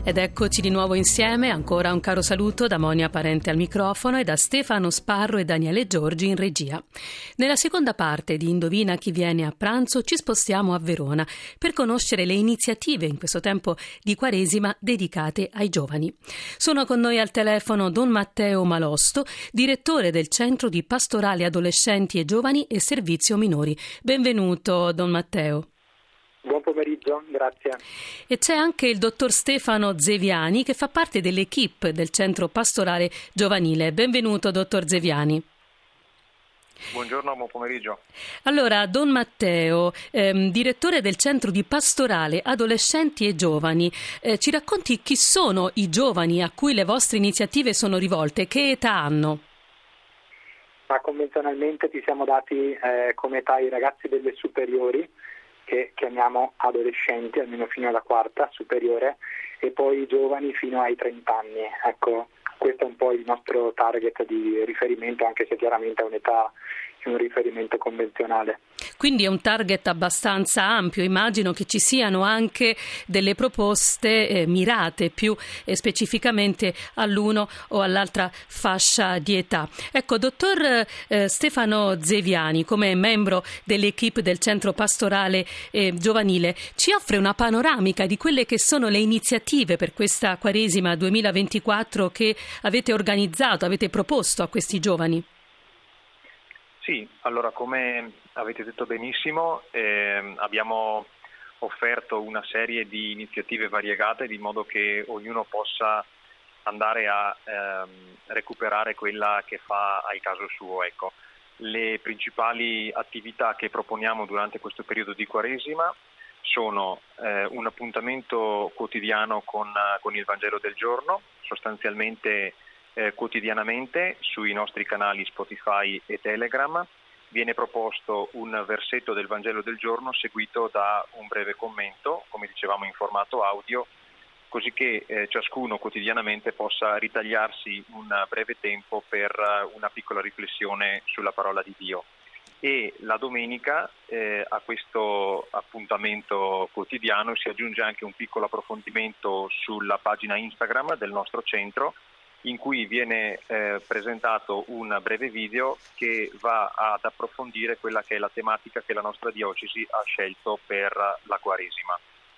Ed eccoci di nuovo insieme, ancora un caro saluto da Monia Parente al microfono e da Stefano Sparro e Daniele Giorgi in regia. Nella seconda parte di Indovina chi viene a pranzo ci spostiamo a Verona per conoscere le iniziative in questo tempo di Quaresima dedicate ai giovani. Sono con noi al telefono Don Matteo Malosto, direttore del Centro di Pastorale Adolescenti e Giovani e Servizio Minori. Benvenuto Don Matteo. Buon pomeriggio, grazie. E c'è anche il dottor Stefano Zeviani che fa parte dell'equipe del Centro Pastorale Giovanile. Benvenuto dottor Zeviani. Buongiorno, buon pomeriggio. Allora, Don Matteo, direttore del Centro di Pastorale Adolescenti e Giovani, ci racconti chi sono i giovani a cui le vostre iniziative sono rivolte? Che età hanno? Ma convenzionalmente ci siamo dati come età i ragazzi delle superiori, che chiamiamo adolescenti, almeno fino alla quarta superiore, e poi i giovani fino ai 30 anni. Ecco, questo è un po' il nostro target di riferimento, anche se chiaramente è un'età è un riferimento convenzionale. Quindi è un target abbastanza ampio, immagino che ci siano anche delle proposte mirate più specificamente all'uno o all'altra fascia di età. Ecco, dottor Stefano Zeviani, come membro dell'equipe del Centro Pastorale Giovanile, ci offre una panoramica di quelle che sono le iniziative per questa Quaresima 2024 che avete organizzato, avete proposto a questi giovani? Sì, allora come avete detto benissimo, abbiamo offerto una serie di iniziative variegate di modo che ognuno possa andare a recuperare quella che fa al caso suo. Ecco. Le principali attività che proponiamo durante questo periodo di Quaresima sono un appuntamento quotidiano con il Vangelo del giorno, sostanzialmente quotidianamente sui nostri canali Spotify e Telegram viene proposto un versetto del Vangelo del giorno seguito da un breve commento, come dicevamo in formato audio, così che ciascuno quotidianamente possa ritagliarsi un breve tempo per una piccola riflessione sulla parola di Dio. E la domenica a questo appuntamento quotidiano si aggiunge anche un piccolo approfondimento sulla pagina Instagram del nostro centro, in cui viene presentato un breve video che va ad approfondire quella che è la tematica che la nostra diocesi ha scelto per la Quaresima.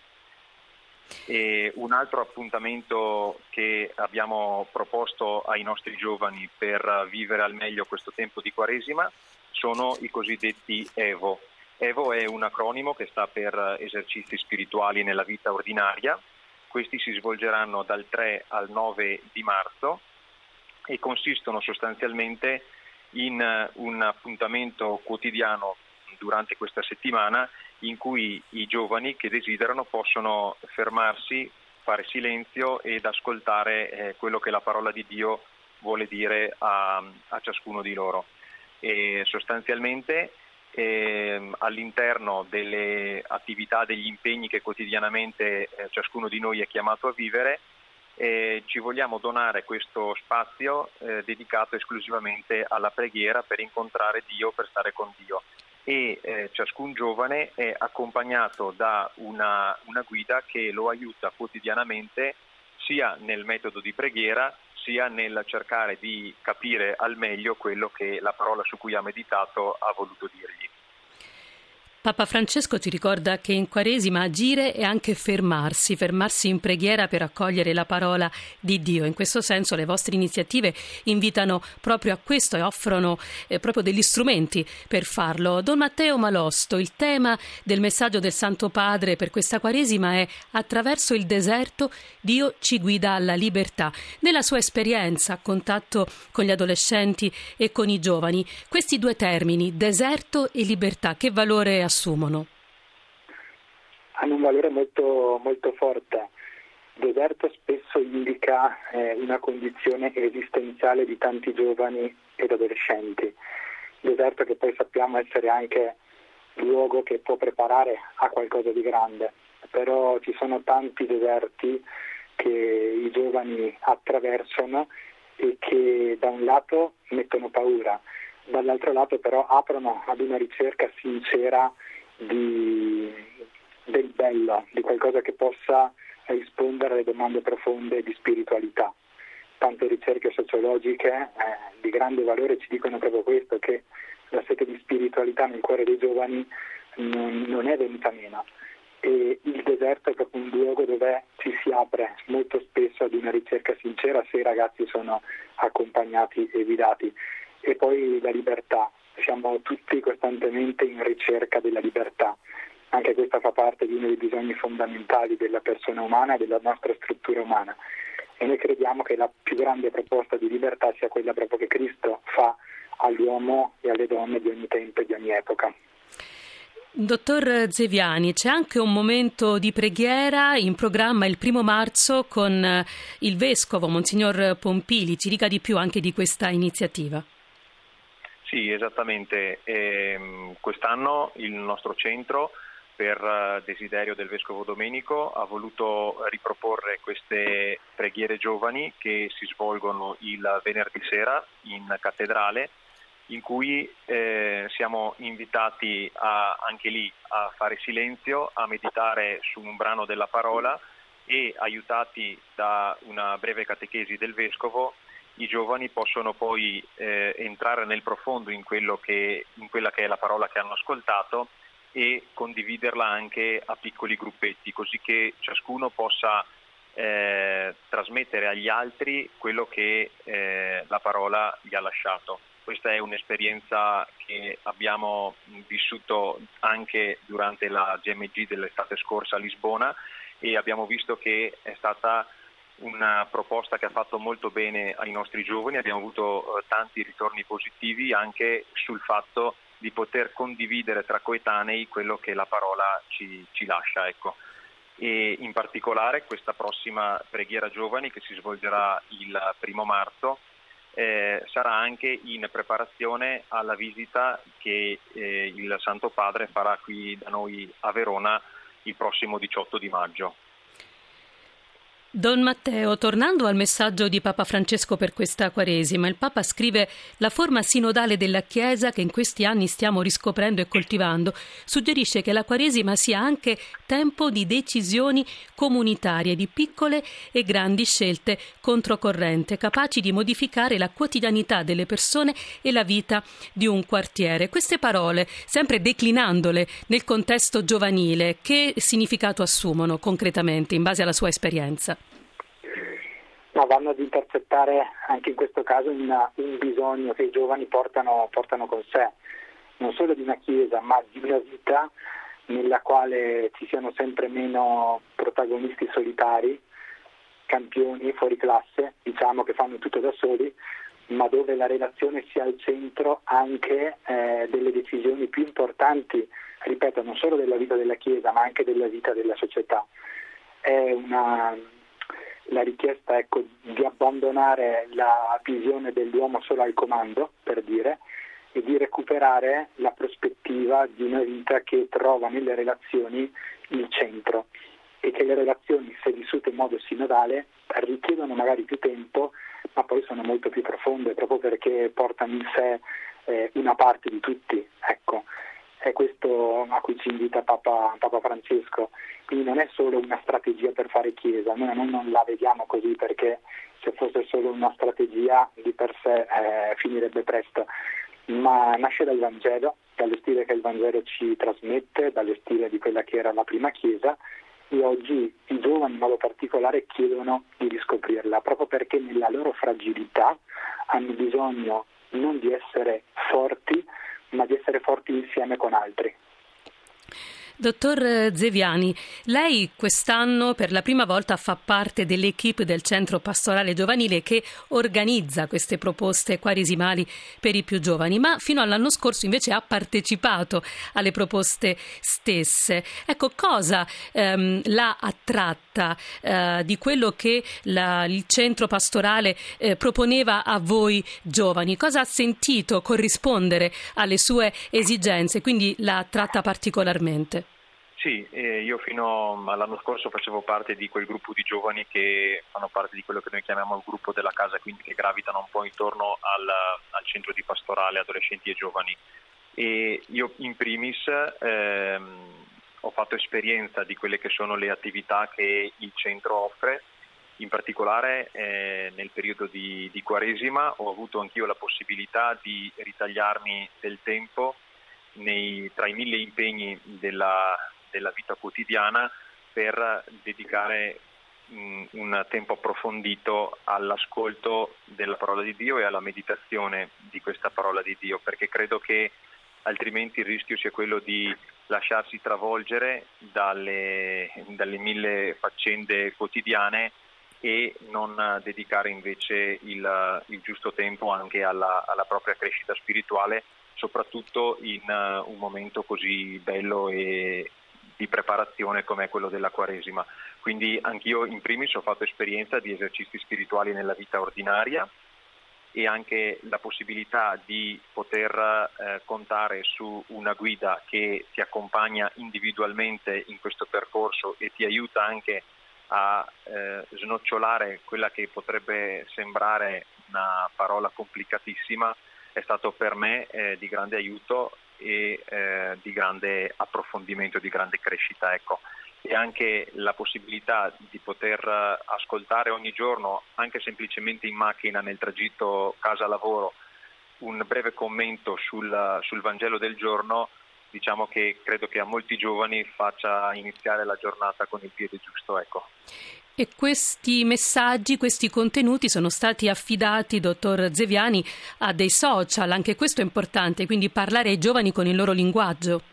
E un altro appuntamento che abbiamo proposto ai nostri giovani per vivere al meglio questo tempo di Quaresima sono i cosiddetti EVO. EVO è un acronimo che sta per esercizi spirituali nella vita ordinaria. Questi si svolgeranno dal 3 al 9 di marzo e consistono sostanzialmente in un appuntamento quotidiano durante questa settimana in cui i giovani che desiderano possono fermarsi, fare silenzio ed ascoltare quello che la parola di Dio vuole dire a ciascuno di loro. E sostanzialmente all'interno delle attività, degli impegni che quotidianamente ciascuno di noi è chiamato a vivere, ci vogliamo donare questo spazio dedicato esclusivamente alla preghiera per incontrare Dio, per stare con Dio. E ciascun giovane è accompagnato da una guida che lo aiuta quotidianamente sia nel metodo di preghiera sia nel cercare di capire al meglio quello che la parola su cui ha meditato ha voluto dirgli. Papa Francesco ci ricorda che in Quaresima agire è anche fermarsi in preghiera per accogliere la parola di Dio. In questo senso le vostre iniziative invitano proprio a questo e offrono proprio degli strumenti per farlo. Don Matteo Malosto, il tema del messaggio del Santo Padre per questa Quaresima è: attraverso il deserto Dio ci guida alla libertà. Nella sua esperienza a contatto con gli adolescenti e con i giovani, questi due termini, deserto e libertà, che valore assumono? Hanno un valore molto, molto forte. Deserto spesso indica una condizione esistenziale di tanti giovani ed adolescenti. Deserto che poi sappiamo essere anche luogo che può preparare a qualcosa di grande. Però ci sono tanti deserti che i giovani attraversano e che da un lato mettono paura, dall'altro lato però aprono ad una ricerca sincera del bello, di qualcosa che possa rispondere alle domande profonde di spiritualità. Tante ricerche sociologiche di grande valore ci dicono proprio questo, che la sete di spiritualità nel cuore dei giovani non è venuta meno, e il deserto è proprio un luogo dove ci si apre molto spesso ad una ricerca sincera se i ragazzi sono accompagnati e guidati. E poi la libertà, siamo tutti costantemente in ricerca della libertà, anche questa fa parte di uno dei bisogni fondamentali della persona umana e della nostra struttura umana, e noi crediamo che la più grande proposta di libertà sia quella proprio che Cristo fa all'uomo e alle donne di ogni tempo e di ogni epoca. Dottor Zeviani, c'è anche un momento di preghiera in programma il 1 marzo con il Vescovo, Monsignor Pompili. Ci dica di più anche di questa iniziativa. Sì, esattamente. Quest'anno il nostro centro, per desiderio del Vescovo Domenico, ha voluto riproporre queste preghiere giovani che si svolgono il venerdì sera in cattedrale, in cui siamo invitati anche lì a fare silenzio, a meditare su un brano della parola, e aiutati da una breve catechesi del Vescovo, i giovani possono poi entrare nel profondo in quella che è la parola che hanno ascoltato e condividerla anche a piccoli gruppetti, così che ciascuno possa trasmettere agli altri quello che la parola gli ha lasciato. Questa è un'esperienza che abbiamo vissuto anche durante la GMG dell'estate scorsa a Lisbona, e abbiamo visto che è stata una proposta che ha fatto molto bene ai nostri giovani. Abbiamo avuto tanti ritorni positivi anche sul fatto di poter condividere tra coetanei quello che la parola ci lascia, ecco. E in particolare questa prossima preghiera giovani, che si svolgerà il 1 marzo, sarà anche in preparazione alla visita che il Santo Padre farà qui da noi a Verona il prossimo 18 di maggio. Don Matteo, tornando al messaggio di Papa Francesco per questa Quaresima, il Papa scrive: la forma sinodale della Chiesa che in questi anni stiamo riscoprendo e coltivando suggerisce che la Quaresima sia anche tempo di decisioni comunitarie, di piccole e grandi scelte controcorrente, capaci di modificare la quotidianità delle persone e la vita di un quartiere. Queste parole, sempre declinandole nel contesto giovanile, che significato assumono concretamente in base alla sua esperienza? No, vanno ad intercettare anche in questo caso un bisogno che i giovani portano con sé, non solo di una chiesa, ma di una vita nella quale ci siano sempre meno protagonisti solitari, campioni fuori classe, diciamo, che fanno tutto da soli, ma dove la relazione sia al centro anche delle decisioni più importanti, ripeto, non solo della vita della chiesa, ma anche della vita della società. È la richiesta, ecco, di abbandonare la visione dell'uomo solo al comando, per dire, e di recuperare la prospettiva di una vita che trova nelle relazioni il centro, e che le relazioni, se vissute in modo sinodale, richiedono magari più tempo, ma poi sono molto più profonde, proprio perché portano in sé una parte di tutti, ecco. È questo a cui ci invita Papa Francesco. Quindi non è solo una strategia per fare chiesa, noi non la vediamo così, perché se fosse solo una strategia di per sé finirebbe presto, ma nasce dal Vangelo, dallo stile che il Vangelo ci trasmette, dallo stile di quella che era la prima chiesa, e oggi i giovani in modo particolare chiedono di riscoprirla, proprio perché nella loro fragilità hanno bisogno non di essere forti, ma di essere forti insieme con altri. Dottor Zeviani, lei quest'anno per la prima volta fa parte dell'equipe del Centro Pastorale Giovanile che organizza queste proposte quaresimali per i più giovani, ma fino all'anno scorso invece ha partecipato alle proposte stesse. Ecco, cosa l'ha attratta di quello che il Centro Pastorale proponeva a voi giovani? Cosa ha sentito corrispondere alle sue esigenze, quindi l'ha attratta particolarmente? Sì, io fino all'anno scorso facevo parte di quel gruppo di giovani che fanno parte di quello che noi chiamiamo il gruppo della casa, quindi che gravitano un po' intorno al centro di pastorale adolescenti e giovani. E io in primis ho fatto esperienza di quelle che sono le attività che il centro offre. In particolare nel periodo di Quaresima ho avuto anch'io la possibilità di ritagliarmi del tempo tra i 1000 impegni della vita quotidiana per dedicare un tempo approfondito all'ascolto della parola di Dio e alla meditazione di questa parola di Dio, perché credo che altrimenti il rischio sia quello di lasciarsi travolgere dalle 1000 faccende quotidiane e non dedicare invece il giusto tempo anche alla propria crescita spirituale, soprattutto in un momento così bello e di preparazione come è quello della Quaresima. Quindi anch'io in primis ho fatto esperienza di esercizi spirituali nella vita ordinaria e anche la possibilità di poter contare su una guida che ti accompagna individualmente in questo percorso e ti aiuta anche a snocciolare quella che potrebbe sembrare una parola complicatissima, è stato per me di grande aiuto e di grande approfondimento, di grande crescita, ecco. E anche la possibilità di poter ascoltare ogni giorno, anche semplicemente in macchina nel tragitto casa-lavoro, un breve commento sul Vangelo del giorno, diciamo che credo che a molti giovani faccia iniziare la giornata con il piede giusto, ecco. E questi messaggi, questi contenuti sono stati affidati, dottor Zeviani, a dei social, anche questo è importante, quindi parlare ai giovani con il loro linguaggio.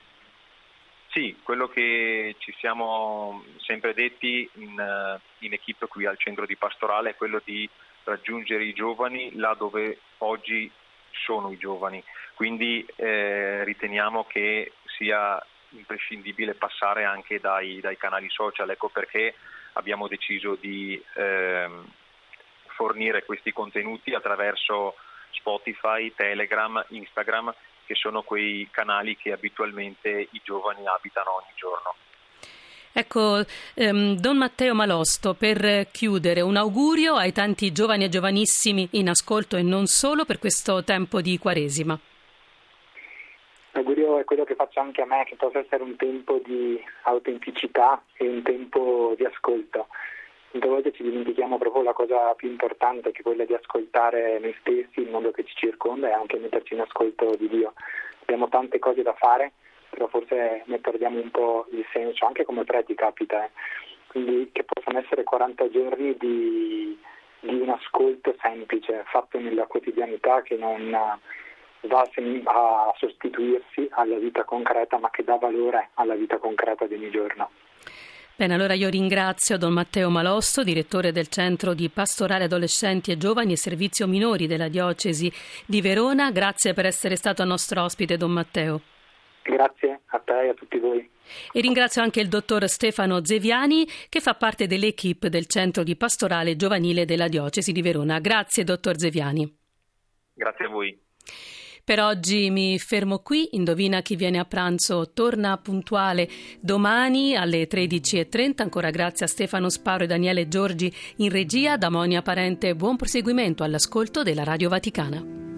Sì, quello che ci siamo sempre detti in equipe qui al centro di pastorale è quello di raggiungere i giovani là dove oggi sono i giovani, quindi riteniamo che sia imprescindibile passare anche dai canali social, ecco perché abbiamo deciso di fornire questi contenuti attraverso Spotify, Telegram, Instagram, che sono quei canali che abitualmente i giovani abitano ogni giorno. Ecco, Don Matteo Malosto, per chiudere, un augurio ai tanti giovani e giovanissimi in ascolto e non solo per questo tempo di Quaresima. L'augurio è quello che faccio anche a me, che possa essere un tempo di autenticità e un tempo di ascolto. Tante volte ci dimentichiamo proprio la cosa più importante, che è quella di ascoltare noi stessi, il mondo che ci circonda e anche metterci in ascolto di Dio. Abbiamo tante cose da fare, però forse ne perdiamo un po' il senso, anche come preti capita. Quindi che possano essere 40 giorni di un ascolto semplice, fatto nella quotidianità, che non va a sostituirsi alla vita concreta, ma che dà valore alla vita concreta di ogni giorno. Bene, allora io ringrazio Don Matteo Malosto, direttore del Centro di Pastorale Adolescenti e Giovani e Servizio Minori della Diocesi di Verona. Grazie per essere stato nostro ospite, Don Matteo. Grazie a te e a tutti voi. E ringrazio anche il dottor Stefano Zeviani, che fa parte dell'equipe del Centro di Pastorale Giovanile della Diocesi di Verona. Grazie, dottor Zeviani. Grazie a voi. Per oggi mi fermo qui. Indovina chi viene a pranzo torna puntuale domani alle 13:30. Ancora grazie a Stefano Sparo e Daniele Giorgi in regia. Da Monia Parente buon proseguimento all'ascolto della Radio Vaticana.